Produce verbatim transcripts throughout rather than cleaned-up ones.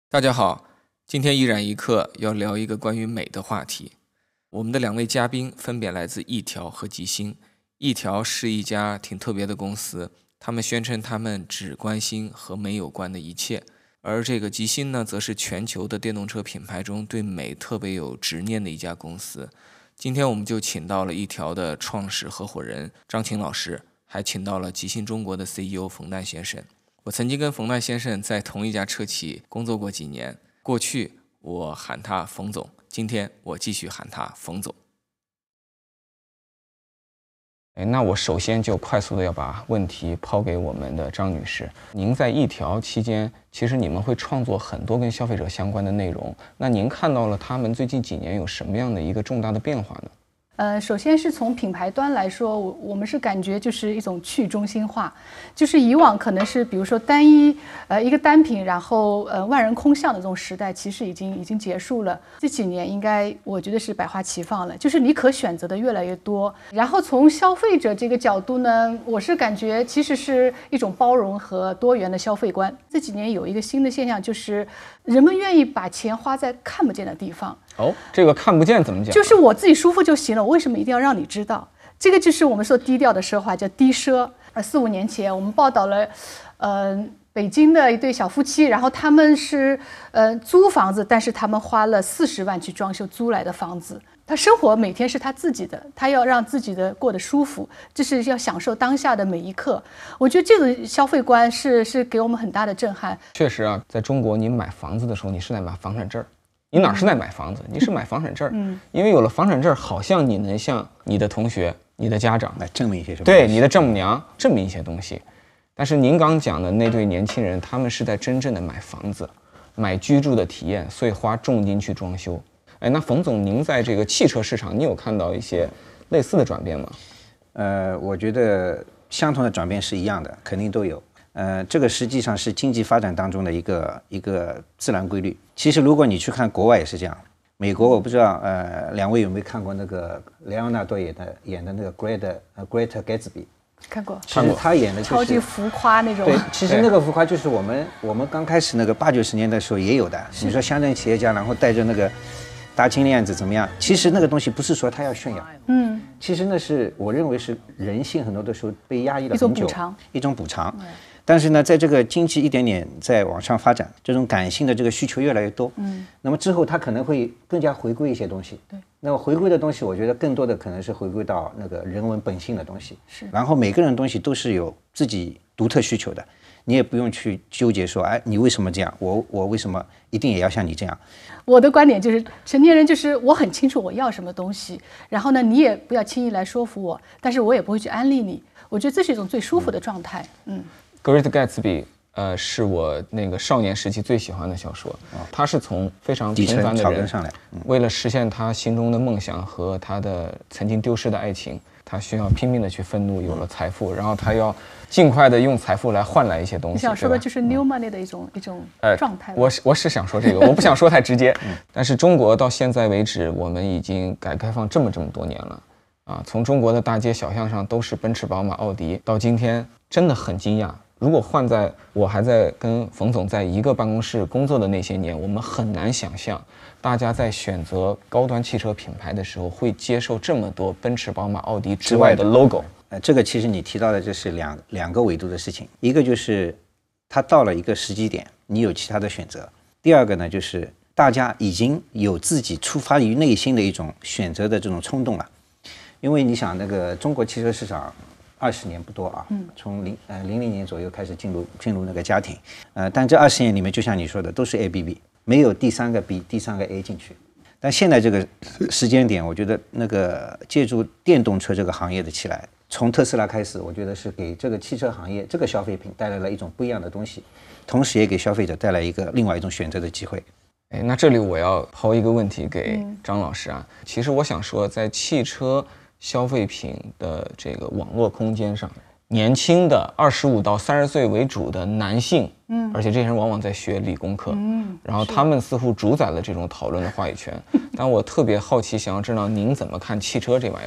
大家好，今天一染一刻要聊一个关于美的话题。我们的两位嘉宾分别来自一条和吉星。一条是一家挺特别的公司，他们宣称他们只关心和美有关的一切。而这个吉星呢，则是全球的电动车品牌中对美特别有执念的一家公司。今天我们就请到了一条的创始合伙人张琴老师，还请到了吉星中国的 C E O 冯诞先生。我曾经跟冯诞先生在同一家车企工作过几年，过去我喊他冯总，今天我继续喊他冯总。那我首先就快速的要把问题抛给我们的张女士。您在一条期间，其实你们会创作很多跟消费者相关的内容，那您看到了他们最近几年有什么样的一个重大的变化呢？ 呃，首先是从品牌端来说，我我们是感觉就是一种去中心化，就是以往可能是比如说单一呃一个单品，然后呃万人空巷的这种时代，其实已经已经结束了。这几年应该我觉得是百花齐放了，就是你可选择的越来越多。然后从消费者这个角度呢，我是感觉其实是一种包容和多元的消费观。这几年有一个新的现象，就是人们愿意把钱花在看不见的地方。 哦，这个看不见怎么讲？ 就是我自己舒服就行了，我为什么一定要让你知道？这个就是我们说低调的奢华，叫低奢。呃，四五年前我们报道了，呃，北京的一对小夫妻，然后他们是呃租房子，但是他们花了四十万去装修租来的房子。他生活每天是他自己的，他要让自己的过得舒服，这是要享受当下的每一刻。我觉得这个消费观是是给我们很大的震撼。 确实啊，在中国，你买房子的时候，你是在买房产证。你哪是在买房子？你是买房产证。嗯，因为有了房产证，好像你能向你的同学、你的家长来证明一些什么？ 对，你的丈母娘证明一些东西。但是您刚讲的那对年轻人，他们是在真正的买房子，买居住的体验，所以花重金去装修。哎，那冯总，您在这个汽车市场，你有看到一些类似的转变吗？ 呃，我觉得相同的转变是一样的，肯定都有。呃，这个实际上是经济发展当中的一个一个自然规律。其实如果你去看国外也是这样，美国我不知道，呃，两位有没有看过那个莱昂纳多演的演的那个 Great 呃 Great Gatsby？ 看过。 其实他演的、就是、 超级浮夸那种。 对，其实那个浮夸就是我们我们刚开始那个八九十年代的时候也有的。你说乡镇企业家，然后带着那个大金链子怎么样？其实那个东西不是说他要炫耀，嗯，其实那是我认为是人性很多的时候被压抑了很久， 一种补偿， 一种补偿。但是呢，在这个经济一点点在往上发展，这种感性的这个需求越来越多，嗯，那么之后它可能会更加回归一些东西，对，那么回归的东西，我觉得更多的可能是回归到那个人文本性的东西，是，然后每个人的东西都是有自己独特需求的，你也不用去纠结说，哎，你为什么这样，我我为什么一定也要像你这样？ 我的观点就是，成年人就是我很清楚我要什么东西，然后呢，你也不要轻易来说服我，但是我也不会去安利你，我觉得这是一种最舒服的状态，嗯。 Great Gatsby， 呃，是我那个少年时期最喜欢的小说。哦、他是从非常平凡的人上来、嗯， 为了实现他心中的梦想和他的曾经丢失的爱情，他需要拼命的去愤怒，有了财富，然后他要尽快的用财富来换来一些东西。 你想说的就是 new money 的一种、嗯、一种状态、呃。 我是我是想说这个，我不想说太直接。嗯、但是中国到现在为止，我们已经改革开放这么这么多年了，啊，从中国的大街小巷上都是奔驰、宝马、奥迪，到今天真的很惊讶。如果换在我还在跟冯总在一个办公室工作的那些年，我们很难想象大家在选择高端汽车品牌的时候会接受这么多奔驰、宝马、奥迪之外的 logo。 呃，这个其实你提到的就是两两个维度的事情，一个就是它到了一个时机点，你有其他的选择；第二个呢，就是大家已经有自己出发于内心的一种选择的这种冲动了。因为你想，那个中国汽车市场二十年不多啊，从零呃零零年左右开始进入进入那个家庭，呃，但这二十年里面，就像你说的，都是 A B B， 没有第三个 B、第三个 A 进去。但现在这个时间点，我觉得那个借助电动车这个行业的起来，从特斯拉开始，我觉得是给这个汽车行业这个消费品带来了一种不一样的东西，同时也给消费者带来一个另外一种选择的机会。 哎，那这里我要抛一个问题给张老师啊，嗯、其实我想说，在汽车消费品的这个网络空间上，年轻的二十五到三十岁为主的男性，嗯，而且这些人往往在学理工科，嗯，然后他们似乎主宰了这种讨论的话语权。但我特别好奇，想要知道您怎么看汽车这玩意儿？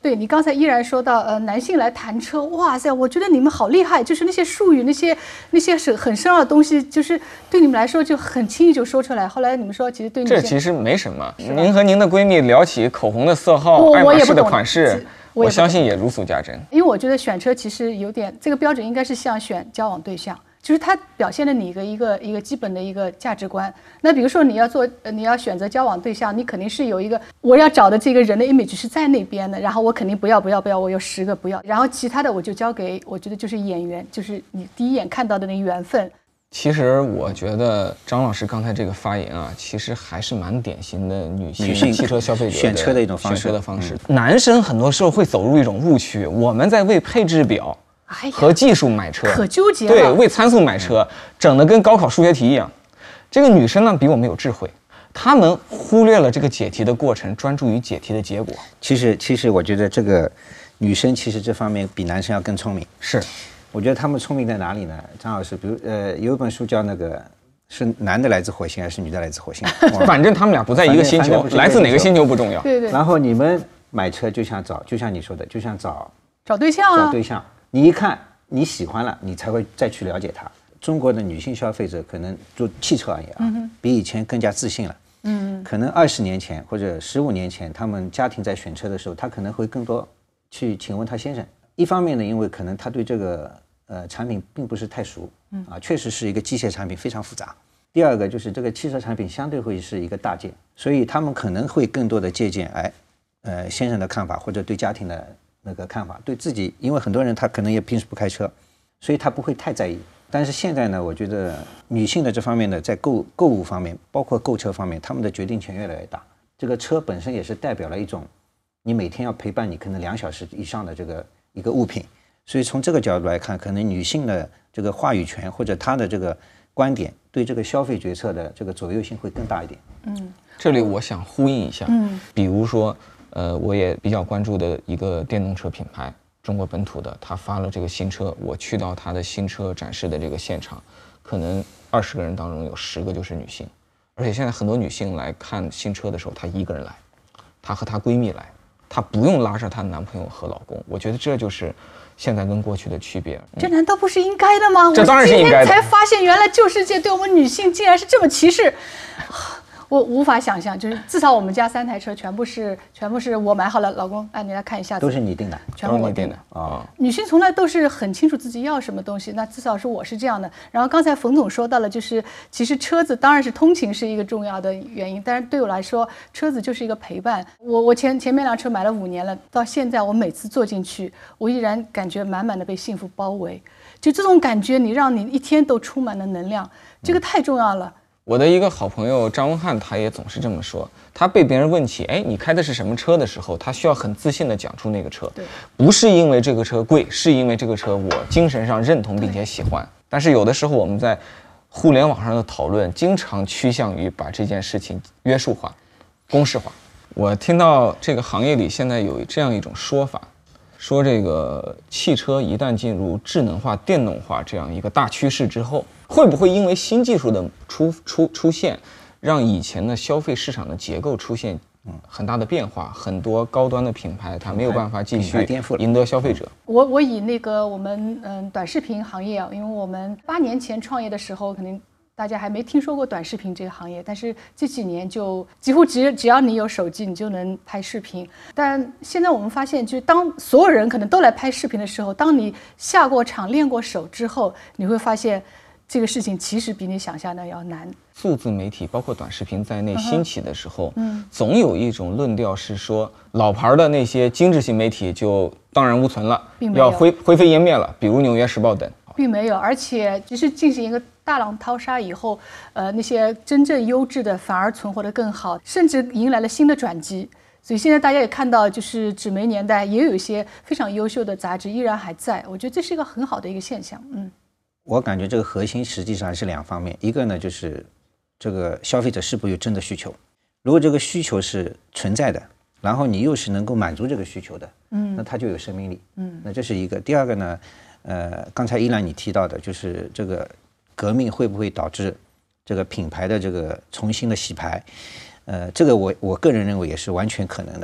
对你刚才依然说到，呃，男性来谈车，哇塞，我觉得你们好厉害，就是那些术语、那些那些是很深奥的东西，就是对你们来说就很轻易就说出来。后来你们说，其实对你这其实没什么。您和您的闺蜜聊起口红的色号、爱马仕的款式，我相信也如数家珍。 因为我觉得选车其实有点这个标准，应该是像选交往对象。就是它表现了你一个一个一个基本的一个价值观。那比如说你要做，你要选择交往对象，你肯定是有一个我要找的这个人的 image 是在那边的，然后我肯定不要不要不要，我有十个不要，然后其他的我就交给我觉得就是演员，就是你第一眼看到的那个缘分。 其实我觉得张老师刚才这个发言啊，其实还是蛮典型的女性汽车消费者选车的一种方式。 选车的方式，嗯、男生很多时候会走入一种误区，我们在为配置表。和技术买车可纠结了， 对，为参数买车，整得跟高考数学题一样。这个女生呢比我们有智慧，她们忽略了这个解题的过程，专注于解题的结果。 其实，其实我觉得这个女生其实这方面比男生要更聪明。 是， 我觉得他们聪明在哪里呢？张老师，比如呃，有一本书叫那个是男的来自火星还是女的来自火星？ 反正他们俩不在一个星球，来自哪个星球不重要。 对对。 然后你们买车就像找，就像你说的，就像找找对象啊， 找对象。你一看你喜欢了，你才会再去了解它。中国的女性消费者可能就汽车而言啊，嗯、比以前更加自信了。嗯，可能二十年前或者十五年前，他们家庭在选车的时候，他可能会更多去请问他先生。一方面呢，因为可能他对这个呃产品并不是太熟，啊，确实是一个机械产品，非常复杂。第二个就是这个汽车产品相对会是一个大件，所以他们可能会更多的借鉴哎，呃先生的看法或者对家庭的那个看法，对自己，因为很多人他可能也平时不开车，所以他不会太在意。但是现在呢，我觉得女性的这方面呢，在购购物方面，包括购车方面，她们的决定权越来越大。这个车本身也是代表了一种你每天要陪伴你可能两小时以上的这个一个物品，所以从这个角度来看，可能女性的这个话语权或者她的这个观点对这个消费决策的这个左右性会更大一点。 嗯，这里我想呼应一下，嗯，比如说。呃，我也比较关注的一个电动车品牌，中国本土的，他发了这个新车，我去到他的新车展示的这个现场，可能二十个人当中有十个就是女性，而且现在很多女性来看新车的时候，她一个人来，她和她闺蜜来，她不用拉着她男朋友和老公，我觉得这就是现在跟过去的区别。 这难道不是应该的吗？ 这当然是应该的。 我今天才发现，原来旧世界对我们女性竟然是这么歧视。我无法想象，就是至少我们家三台车全部是全部是我买好了，老公，哎，你来看一下， 都是你定的， 全部我定的啊、哦。 女性从来都是很清楚自己要什么东西，那至少是我是这样的。然后刚才冯总说到了，就是其实车子当然是通勤是一个重要的原因，但是对我来说，车子就是一个陪伴。我我前前面辆车买了五年了，到现在我每次坐进去，我依然感觉满满的被幸福包围。就这种感觉，你让你一天都充满了能量，这个太重要了。嗯， 我的一个好朋友张文翰，他也总是这么说。他被别人问起，哎，你开的是什么车的时候，他需要很自信地讲出那个车。 对， 不是因为这个车贵，是因为这个车我精神上认同并且喜欢。但是有的时候我们在互联网上的讨论，经常趋向于把这件事情约束化、公式化。我听到这个行业里现在有这样一种说法，说这个汽车一旦进入智能化、电动化这样一个大趋势之后，会不会因为新技术的出出出现，让以前的消费市场的结构出现很大的变化？很多高端的品牌它没有办法继续赢得消费者。 我我以那个我们嗯短视频行业啊，因为我们八年前创业的时候，肯定大家还没听说过短视频这个行业，但是这几年就几乎只只要你有手机，你就能拍视频。但现在我们发现，就是当所有人可能都来拍视频的时候，当你下过场、练过手之后，你会发现。这个事情其实比你想象的要难。 数字媒体包括短视频在内兴起的时候，嗯，总有一种论调是说，老牌的那些精致型媒体就荡然无存了，要灰灰飞烟灭了，比如《纽约时报》等。 并没有，而且只是进行一个大浪淘沙以后，呃，那些真正优质的反而存活得更好，甚至迎来了新的转机。所以现在大家也看到，就是纸媒年代也有一些非常优秀的杂志依然还在，我觉得这是一个很好的一个现象，嗯。 我感觉这个核心实际上是两方面，一个呢就是这个消费者是否有真的需求，如果这个需求是存在的，然后你又是能够满足这个需求的，嗯，那它就有生命力，嗯，那这是一个。第二个呢，呃，刚才依兰你提到的，就是这个革命会不会导致这个品牌的这个重新的洗牌，呃，这个我我个人认为也是完全可能的。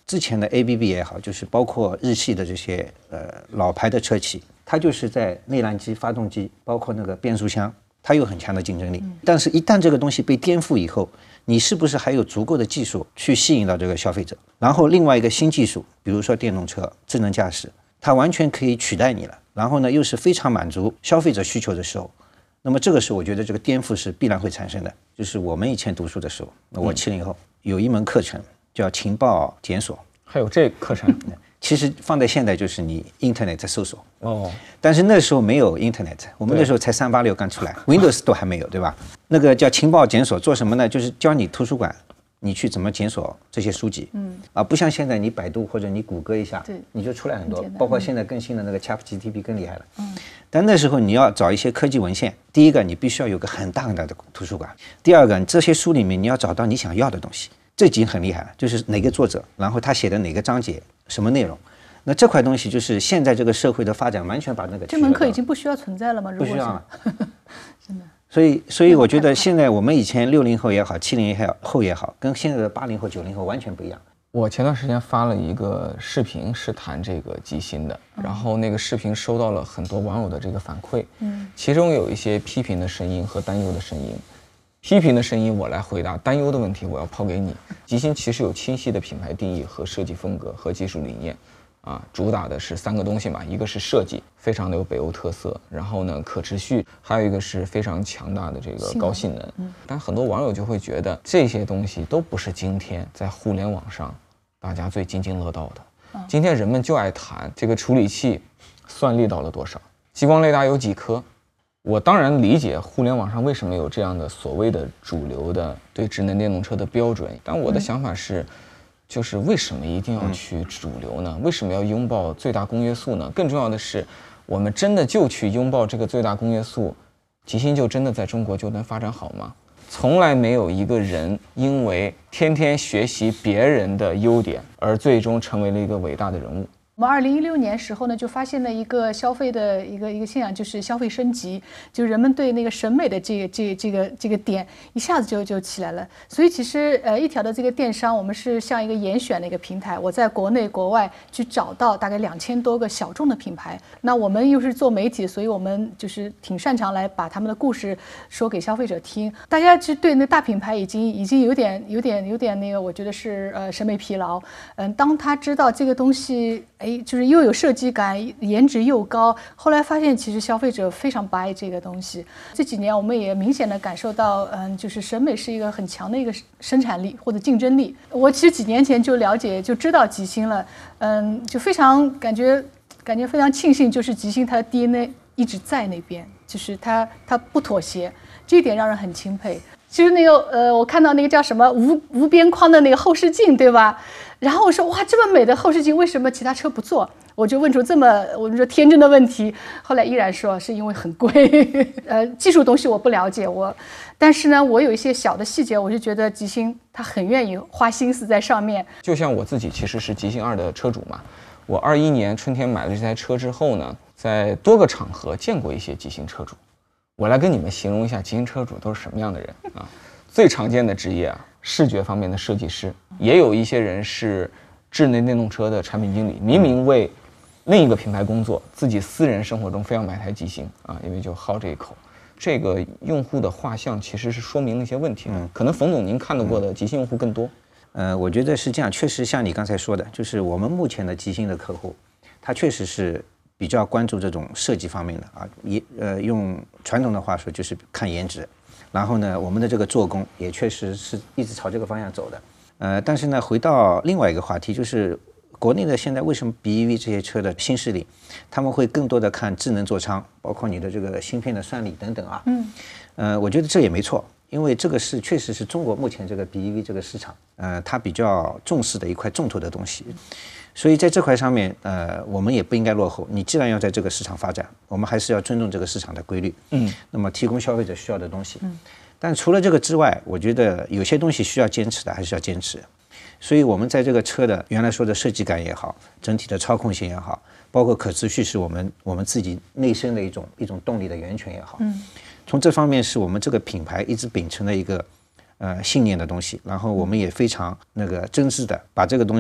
之前的 A B B 也好，就是包括日系的这些呃老牌的车企，它就是在内燃机、发动机，包括那个变速箱，它有很强的竞争力。但是，一旦这个东西被颠覆以后，你是不是还有足够的技术去吸引到这个消费者？然后，另外一个新技术，比如说电动车、智能驾驶，它完全可以取代你了。然后呢，又是非常满足消费者需求的时候，那么这个时候，我觉得这个颠覆是必然会产生的。就是我们以前读书的时候，我七零后有一门课程叫情报检索， 还有这课程。 其实放在现在就是你 Internet 在搜索哦， 但是那时候没有 Internet， 我们那时候才三八六刚出来 ，Windows 都还没有，对吧？那个叫情报检索，做什么呢？就是教你图书馆，你去怎么检索这些书籍，嗯，啊，不像现在你百度或者你谷歌一下， 对， 你就出来很多， 很包括现在更新的那个 ChatGPT 更厉害了，嗯，但那时候你要找一些科技文献，第一个你必须要有个很大很大的图书馆，第二个这些书里面你要找到你想要的东西。这已经很厉害了，就是哪个作者，然后他写的哪个章节，什么内容，那这块东西就是现在这个社会的发展完全把那个这门课已经不需要存在了吗？ 不需要了， 真的。 所以，所以我觉得现在我们以前六零后也好，七零后也好，跟现在的八零后、九零后完全不一样。 我前段时间发了一个视频，是谈这个极星的，然后那个视频收到了很多网友的这个反馈，嗯，其中有一些批评的声音和担忧的声音。批评的声音我来回答，担忧的问题我要抛给你。极星其实有清晰的品牌定义和设计风格和技术理念，啊，主打的是三个东西嘛，一个是设计，非常的有北欧特色，然后呢可持续，还有一个是非常强大的这个高性能。嗯，但很多网友就会觉得这些东西都不是今天在互联网上大家最津津乐道的。今天人们就爱谈这个处理器算力到了多少，激光雷达有几颗。我当然理解互联网上为什么有这样的所谓的主流的对智能电动车的标准，但我的想法是，就是为什么一定要去主流呢？为什么要拥抱最大公约数呢？更重要的是，我们真的就去拥抱这个最大公约数，极星就真的在中国就能发展好吗？从来没有一个人因为天天学习别人的优点而最终成为了一个伟大的人物。 我们二零一六年时候呢，就发现了一个消费的一个一个现象，就是消费升级，就人们对那个审美的这个这这个这个点一下子就就起来了。所以其实呃，一条的这个电商，我们是像一个严选的一个平台，我在国内国外去找到大概两千多个小众的品牌。那我们又是做媒体，所以我们就是挺擅长来把他们的故事说给消费者听。大家其实对那大品牌已经已经有点有点有点那个，我觉得是呃审美疲劳。嗯，当他知道这个东西，哎。就是又有设计感，颜值又高。后来发现，其实消费者非常不爱这个东西。这几年我们也明显的感受到，嗯，就是审美是一个很强的一个生产力或者竞争力。我其实几年前就了解，就知道极星了，嗯，就非常感觉感觉非常庆幸，就是极星它的 D N A 一直在那边，就是它它不妥协，这一点让人很钦佩。其实那个呃，我看到那个叫什么无无边框的那个后视镜，对吧？然后我说哇，这么美的后视镜，为什么其他车不做？我就问出这么我们说天真的问题。后来依然说是因为很贵。呃，技术东西我不了解，我，但是呢，我有一些小的细节，我就觉得极星他很愿意花心思在上面。 就像我自己其实是极星二的车主嘛，我二一年春天买了这台车之后呢，在多个场合见过一些极星车主。我来跟你们形容一下极星车主都是什么样的人啊？最常见的职业啊，视觉方面的设计师，也有一些人是智能电动车的产品经理，明明为另一个品牌工作，自己私人生活中非要买台极星啊，因为就好这一口。这个用户的画像其实是说明了一些问题的，可能冯总您看到过的极星用户更多。 呃，我觉得是这样，确实像你刚才说的，就是我们目前的极星的客户，他确实是比较关注这种设计方面的啊，也呃用传统的话说就是看颜值，然后呢，我们的这个做工也确实是一直朝这个方向走的。呃，但是呢，回到另外一个话题，就是国内的现在为什么 B E V 这些车的新势力，他们会更多的看智能座舱，包括你的这个芯片的算力等等啊。嗯。呃，我觉得这也没错，因为这个是确实是中国目前这个 B E V 这个市场，呃，它比较重视的一块重头的东西。所以在这块上面，呃，我们也不应该落后。你既然要在这个市场发展，我们还是要尊重这个市场的规律。嗯。那么提供消费者需要的东西。嗯。但除了这个之外，我觉得有些东西需要坚持的还是要坚持。所以我们在这个车的原来说的设计感也好，整体的操控性也好，包括可持续是我们我们自己内生的一种一种动力的源泉也好。嗯。从这方面是我们这个品牌一直秉承的一个呃信念的东西。然后我们也非常那个真挚的把这个东西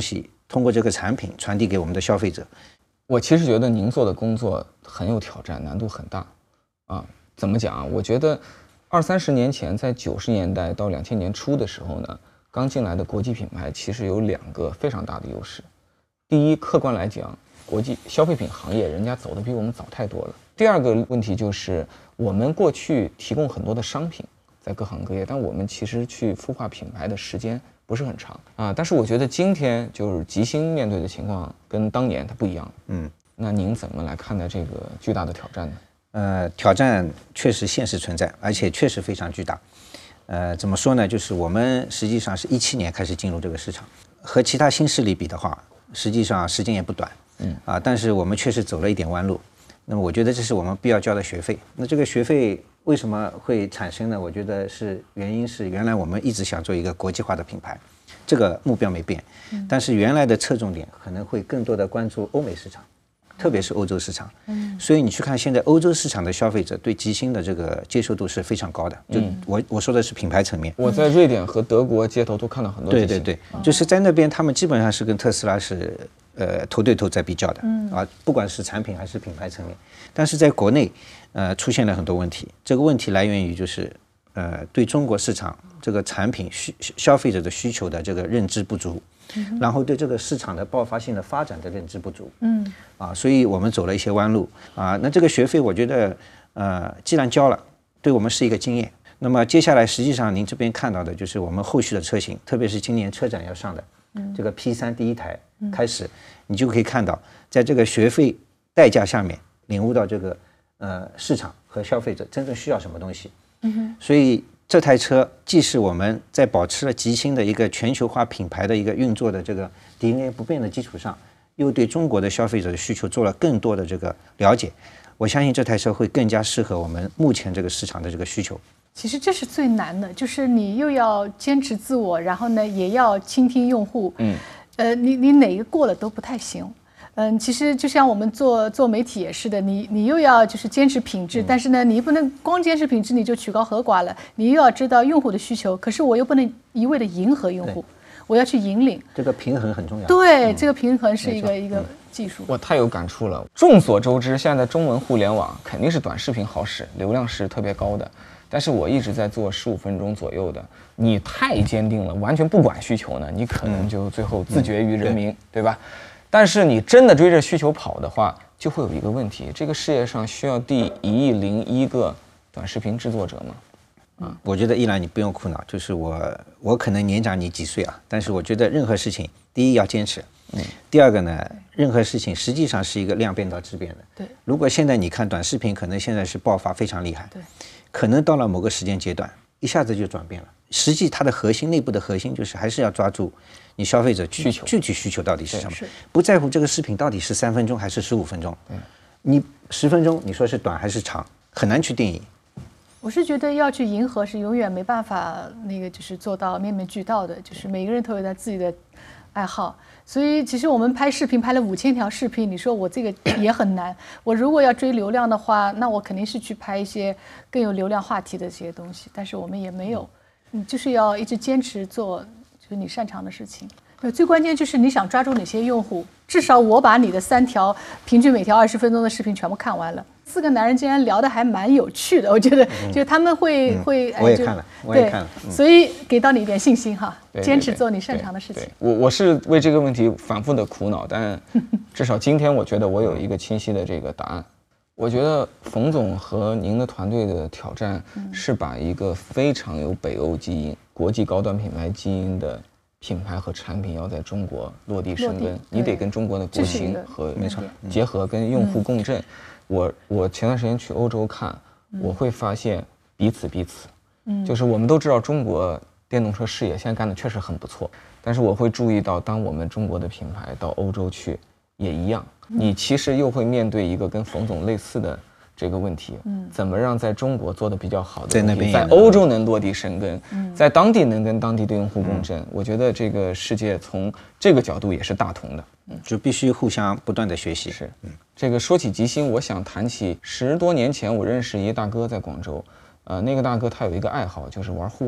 通过这个产品传递给我们的消费者。 我其实觉得您做的工作很有挑战，难度很大啊。怎么讲啊？我觉得二三十年前，在九十年代到两千年初的时候呢，刚进来的国际品牌其实有两个非常大的优势。第一，客观来讲，国际消费品行业人家走的比我们早太多了。第二个问题就是，我们过去提供很多的商品，在各行各业，但我们其实去孵化品牌的时间不是很长啊。但是我觉得今天就是吉星面对的情况跟当年它不一样。嗯，那您怎么来看待这个巨大的挑战呢？ 呃，挑战确实现实存在，而且确实非常巨大。呃，怎么说呢？就是我们实际上是一七年开始进入这个市场，和其他新势力比的话，实际上时间也不短。嗯啊，但是我们确实走了一点弯路。那么我觉得这是我们必要交的学费。那这个学费为什么会产生呢？我觉得是原因是原来我们一直想做一个国际化的品牌，这个目标没变，但是原来的侧重点可能会更多的关注欧美市场，特别是欧洲市场。嗯，所以你去看现在欧洲市场的消费者对吉星的这个接受度是非常高的。就我我说的是品牌层面。 我在瑞典和德国街头都看到很多吉星。 对对对，就是在那边他们基本上是跟特斯拉是呃头对头在比较的。嗯啊，不管是产品还是品牌层面。但是在国内，呃，出现了很多问题。这个问题来源于就是，呃，对中国市场这个产品需消费者的需求的这个认知不足，嗯、然后对这个市场的爆发性的发展的认知不足。嗯，啊，所以我们走了一些弯路啊。那这个学费，我觉得，呃，既然交了，对我们是一个经验。那么接下来，实际上您这边看到的就是我们后续的车型，特别是今年车展要上的、嗯、这个 P 三第一台开始，嗯、你就可以看到，在这个学费代价下面。领悟到这个呃市场和消费者真正需要什么东西，嗯哼，所以这台车既是我们在保持了吉星的一个全球化品牌的一个运作的这个 D N A 不变的基础上，又对中国的消费者的需求做了更多的这个了解，我相信这台车会更加适合我们目前这个市场的这个需求。 其实这是最难的，就是你又要坚持自我，然后呢也要倾听用户，嗯，呃，你你哪个过了都不太行。嗯，其实就像我们做做媒体也是的，你你又要就是坚持品质，嗯、但是呢，你不能光坚持品质你就曲高和寡了，你又要知道用户的需求，可是我又不能一味的迎合用户，我要去引领， 这个平衡很重要。 对，嗯、这个平衡是一个一个技术。 我太有感触了。众所周知，现在中文互联网肯定是短视频好使，流量是特别高的。但是我一直在做十五分钟左右的，你太坚定了，完全不管需求呢，你可能就最后自绝于人民，嗯、对, 对吧？但是你真的追着需求跑的话，就会有一个问题：这个世界上需要第一亿零一个短视频制作者吗？ 啊，我觉得依然你不用苦恼，就是我我可能年长你几岁啊，但是我觉得任何事情，第一要坚持，嗯，第二个呢，任何事情实际上是一个量变到质变的。 对， 如果现在你看短视频，可能现在是爆发非常厉害， 对， 可能到了某个时间阶段，一下子就转变了。实际它的核心内部的核心就是还是要抓住你消费者需求具体需求到底是什么，不在乎这个视频到底是三分钟还是十五分钟，嗯、你十分钟你说是短还是长，很难去定义。 我是觉得要去迎合是永远没办法那个就是做到面面俱到的，就是每个人都有他自己的爱好，所以其实我们拍视频拍了五千条视频，你说我这个也很难。我如果要追流量的话，那我肯定是去拍一些更有流量话题的这些东西，但是我们也没有。你就是要一直坚持做就是你擅长的事情。最关键就是你想抓住哪些用户，至少我把你的三条平均每条二十分钟的视频全部看完了。四个男人竟然聊得还蛮有趣的，我觉得就他们会、嗯、会、 嗯、我也看了，我也看了、 嗯、所以给到你一点信心哈，坚持做你擅长的事情。 我我是为这个问题反复的苦恼，但至少今天我觉得我有一个清晰的这个答案。我觉得冯总和您的团队的挑战是把一个非常有北欧基因、国际高端品牌基因的品牌和产品要在中国落地生根，你得跟中国的国情和结合，跟用户共振。嗯、我我前段时间去欧洲看，我会发现彼此彼此，嗯，就是我们都知道中国电动车事业现在干的确实很不错，但是我会注意到，当我们中国的品牌到欧洲去也一样。你其实又会面对一个跟冯总类似的这个问题，嗯，怎么让在中国做的比较好的在那边在欧洲能落地生根，嗯，在当地能跟当地的用户共振，嗯、我觉得这个世界从这个角度也是大同的， 嗯，就必须互相不断的学习。 是，嗯，这个说起吉星，我想谈起十多年前我认识一个大哥在广州，呃，那个大哥他有一个爱好就是玩户外。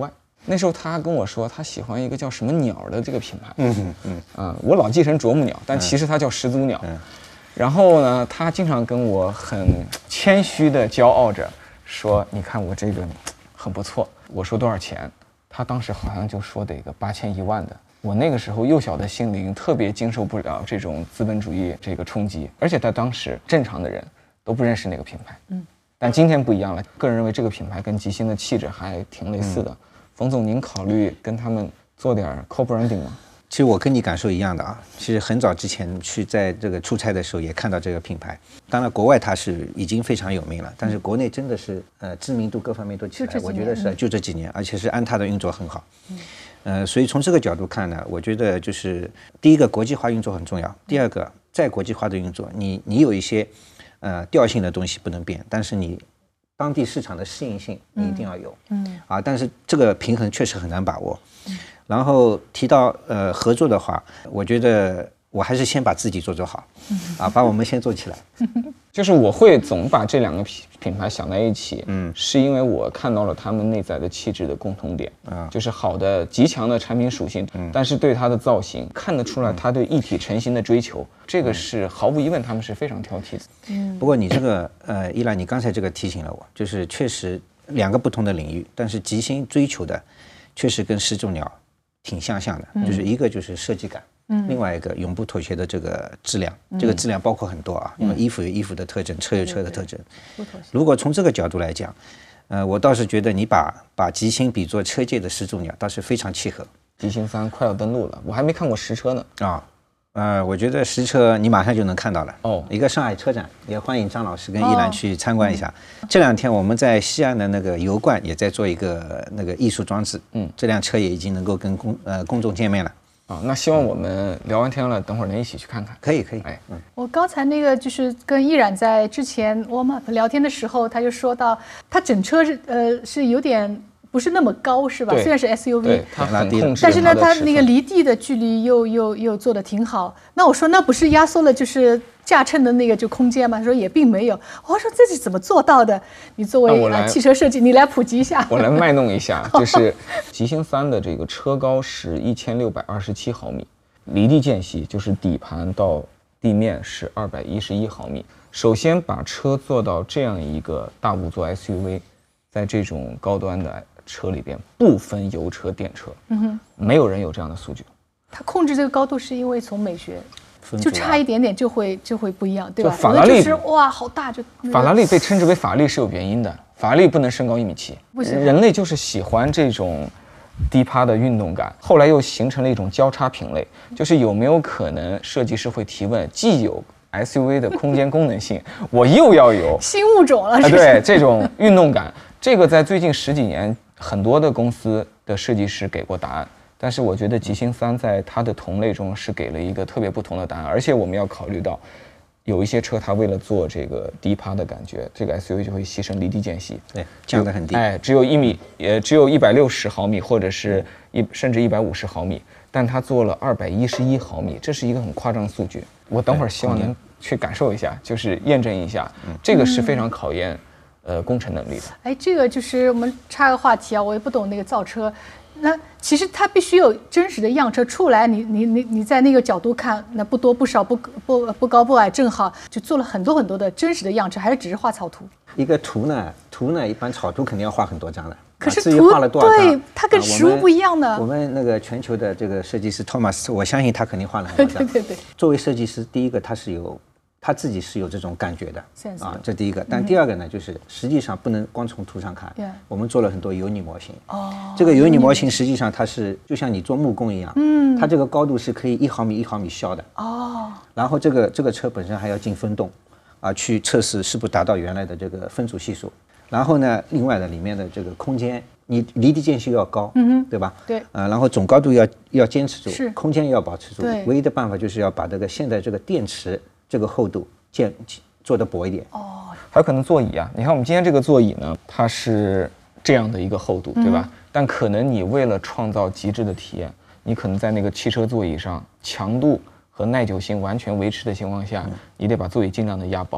那时候他跟我说，他喜欢一个叫什么鸟的这个品牌。 嗯嗯嗯。 啊、呃，我老记成啄木鸟，但其实它叫始祖鸟。 嗯。 然后呢，他经常跟我很谦虚的骄傲着说：“你看我这个很不错。”我说多少钱？他当时好像就说得个八千一万的。我那个时候幼小的心灵特别经受不了这种资本主义这个冲击，而且在当时正常的人都不认识那个品牌。嗯。但今天不一样了，个人认为这个品牌跟极星的气质还挺类似的。嗯、冯总，您考虑跟他们做点 co-branding 吗？ 其实我跟你感受一样的啊。其实很早之前去在这个出差的时候也看到这个品牌，当然国外它是已经非常有名了，但是国内真的是呃知名度各方面都起来，我觉得是就这几年，而且是安踏的运作很好。嗯。呃，所以从这个角度看呢，我觉得就是第一个国际化运作很重要，第二个在国际化的运作，你你有一些。呃，调性的东西不能变，但是你当地市场的适应性你一定要有，嗯，嗯啊，但是这个平衡确实很难把握。嗯、然后提到呃合作的话，我觉得我还是先把自己做做好，嗯、啊，把我们先做起来。 就是我会总把这两个品品牌想在一起，嗯，是因为我看到了他们内在的气质的共同点，啊，就是好的极强的产品属性，嗯，但是对它的造型看得出来，他对一体成型的追求，嗯、这个是毫无疑问他们是非常挑剔的。 嗯，不过你这个呃，依兰，你刚才这个提醒了我，就是确实两个不同的领域，但是极星追求的确实跟始祖鸟挺相像的，嗯、就是一个就是设计感。嗯，另外一个永不妥协的这个质量，嗯、这个质量包括很多啊，因为衣服有衣服的特征，车有车的特征。不妥协。如果从这个角度来讲，呃，我倒是觉得你把把极星比作车界的始祖鸟，倒是非常契合。 极星三快要登陆了，我还没看过实车呢。 啊，呃，我觉得实车你马上就能看到了。哦，一个上海车展，也欢迎张老师跟依兰去参观一下。哦嗯、这两天我们在西安的那个油罐也在做一个那个艺术装置，嗯，这辆车也已经能够跟公呃公众见面了。 啊，那希望我们聊完天了，等会儿能一起去看看。 可以，可以。 哎， 嗯，我刚才那个就是跟依然在之前 warm up 聊天的时候，他就说到，他整车是呃是有点不是那么高，是吧？虽然是 S U V， 对，它很控制， 但是呢，它那个离地的距离又又又做得挺好。那我说，那不是压缩了就是驾乘的那个就空间吗？他说也并没有。我说这是怎么做到的？你作为啊汽车设计，你来普及一下。 我来卖弄一下，就是极星三的这个车高是一千六百二十七毫米，离地间隙就是底盘到地面是二百一十一毫米。首先把车做到这样一个大五座 S U V， 在这种高端的车里边不分油车电车，嗯哼，没有人有这样的数据。 它控制这个高度是因为从美学。就差一点点就会就会不一样，对吧？ 法拉利就是哇，好大就。 法拉利被称之为法拉利是有原因的，法拉利不能身高一米七，人类就是喜欢这种低趴的运动感。后来又形成了一种交叉品类，就是有没有可能设计师会提问，既有 S U V 的空间功能性，我又要有新物种了， 啊，对这种运动感，这个在最近十几年很多的公司的设计师给过答案。但是我觉得极星三在它的同类中是给了一个特别不同的答案，而且我们要考虑到，有一些车它为了做这个低趴的感觉，这个 S U V 就会牺牲离地间隙， 对，降得很低， 哎，只有一米，也只有一百六十毫米，或者是一甚至一百五十毫米，但它做了二百一十一毫米，这是一个很夸张的数据。我等会儿希望能去感受一下，就是验证一下，这个是非常考验呃工程能力的。 哎，这个就是我们插个话题啊，我也不懂那个造车。那其实它必须有真实的样车出来，你你你你在那个角度看，那不多不少，不不不高不矮，正好就做了很多很多的真实的样车，还是只是画草图？ 一个图呢，图呢一般草图肯定要画很多张的， 可是图、 啊、画了多少张？ 对，它跟实物不一样的。 啊、我, 们我们那个全球的这个设计师 Thomas， 我相信他肯定画了很多张。 对对对。 作为设计师，第一个他是有。他自己是有这种感觉的啊，这第一个。但第二个呢，就是实际上不能光从图上看。 Yeah. 我们做了很多油拟模型。哦。这个油拟模型实际上它是就像你做木工一样，嗯，它这个高度是可以一毫米一毫米削的。哦。然后这个这个车本身还要进分动，啊，去测试是不是达到原来的这个分组系数。然后呢，另外的里面的这个空间，你离地间隙要高，嗯哼，对吧？ 对。 呃，然后总高度要要坚持住， 是。 空间要保持住。 对。 唯一的办法就是要把这个现在这个电池。这个厚度建做得薄一点哦，还有可能座椅啊，你看我们今天这个座椅呢，它是这样的一个厚度，对吧？嗯、但可能你为了创造极致的体验，你可能在那个汽车座椅上强度和耐久性完全维持的情况下，嗯、你得把座椅尽量的压薄。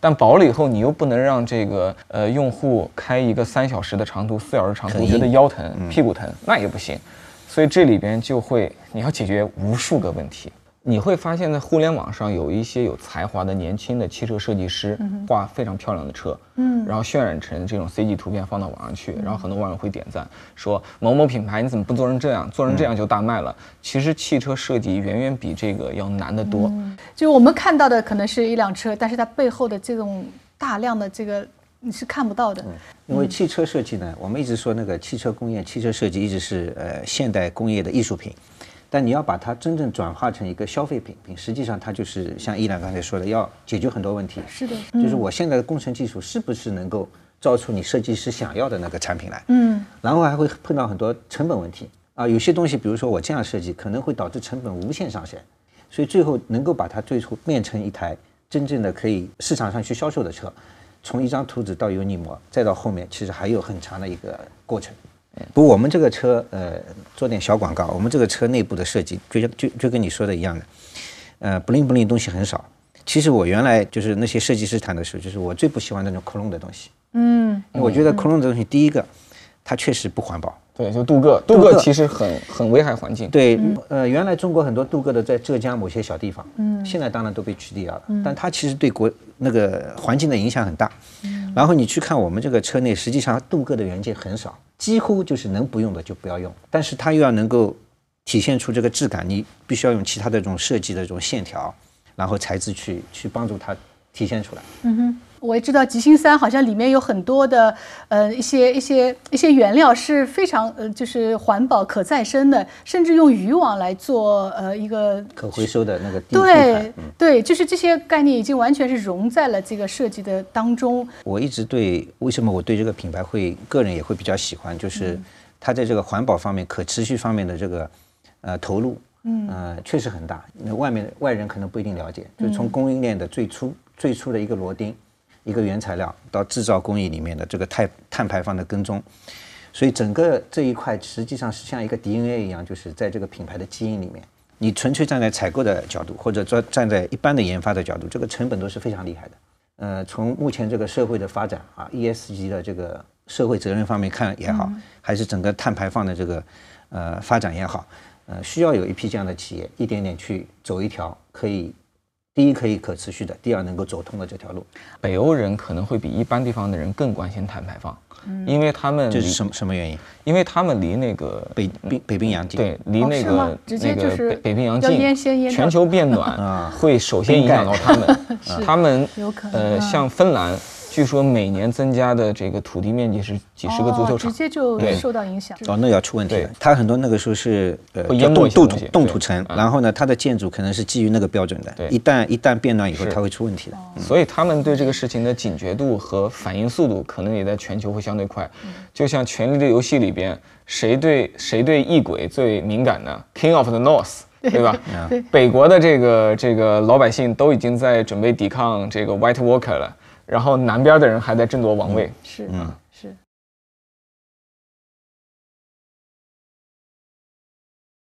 但薄了以后，你又不能让这个呃用户开一个三小时的长途、四小时长途，觉得腰疼、屁股疼，那也不行。所以这里边就会你要解决无数个问题。你会发现在互联网上有一些有才华的年轻的汽车设计师，画非常漂亮的车，嗯，然后渲染成这种 C G 图片放到网上去，然后很多网友会点赞说某某品牌你怎么不做成这样，做成这样就大卖了。其实汽车设计远远比这个要难得多。 嗯，就我们看到的可能是一辆车，但是它背后的这种大量的这个你是看不到的。 嗯，因为汽车设计呢，我们一直说那个汽车工业、汽车设计一直是呃现代工业的艺术品。但你要把它真正转化成一个消费品，实际上它就是像依然刚才说的，要解决很多问题。 是的， 嗯、就是我现在的工程技术是不是能够造出你设计师想要的那个产品来？ 嗯， 然后还会碰到很多成本问题啊，有些东西，比如说我这样设计，可能会导致成本无限上升，所以最后能够把它最初变成一台真正的可以市场上去销售的车，从一张图纸到油泥膜，再到后面，其实还有很长的一个过程。不过我们这个车，呃，做点小广告。我们这个车内部的设计，就就就跟你说的一样的，呃，不灵不灵东西很少。其实我原来就是那些设计师谈的时候，就是我最不喜欢那种克隆的东西。嗯，因为我觉得克隆的东西，第一个，它确实不环保。 对，就镀铬，镀铬其实很很危害环境。 对，呃，原来中国很多镀铬的在浙江某些小地方，嗯，现在当然都被取缔掉了，但它其实对国那个环境的影响很大。然后你去看我们这个车内，实际上镀铬的元件很少，几乎就是能不用的就不要用。但是它又要能够体现出这个质感，你必须要用其他的这种设计的这种线条，然后材质去去帮助它体现出来。 嗯哼。我也知道极星三好像里面有很多的呃一些一些一些原料是非常呃就是环保可再生的，甚至用渔网来做呃一个可回收的那个地对、 嗯、 对，就是这些概念已经完全是融在了这个设计的当中。 我一直对为什么我对这个品牌会个人也会比较喜欢，就是它在这个环保方面、可持续方面的这个呃投入，嗯呃确实很大。那外面外人可能不一定了解，就是从供应链的最初最初的一个螺钉。一个原材料到制造工艺里面的这个碳碳排放的跟踪，所以整个这一块实际上是像一个 D N A 一样，就是在这个品牌的基因里面。你纯粹站在采购的角度，或者说站在一般的研发的角度，这个成本都是非常厉害的。呃，从目前这个社会的发展啊 ，E S G 的这个社会责任方面看也好，还是整个碳排放的这个呃发展也好，呃，需要有一批这样的企业，一点点去走一条可以。第一可以可持续的，第二能够走通的这条路。 北欧人可能会比一般地方的人更关心碳排放，嗯、因为他们这是什么什么原因？ 因为他们离那个北冰北冰洋近， 对，离那个、 哦、 那个北北冰洋近， 全球变暖会首先影响到他们。他们呃，像芬兰。据说每年增加的这个土地面积是几十个足球场， 哦、直接就受到影响。 哦，那要出问题了。它很多那个时候是呃会淹没冻土冻土层，然后呢，它的建筑可能是基于那个标准的。一旦一旦变暖以后，它会出问题的。 嗯、所以他们对这个事情的警觉度和反应速度，可能也在全球会相对快。嗯、就像《权力的游戏》里边，谁对谁对异鬼最敏感呢 ？King of the North。对吧？ 对， 北国的这个这个老百姓都已经在准备抵抗这个 White Walker 了。然后南边的人还在争夺王位， 是， 嗯。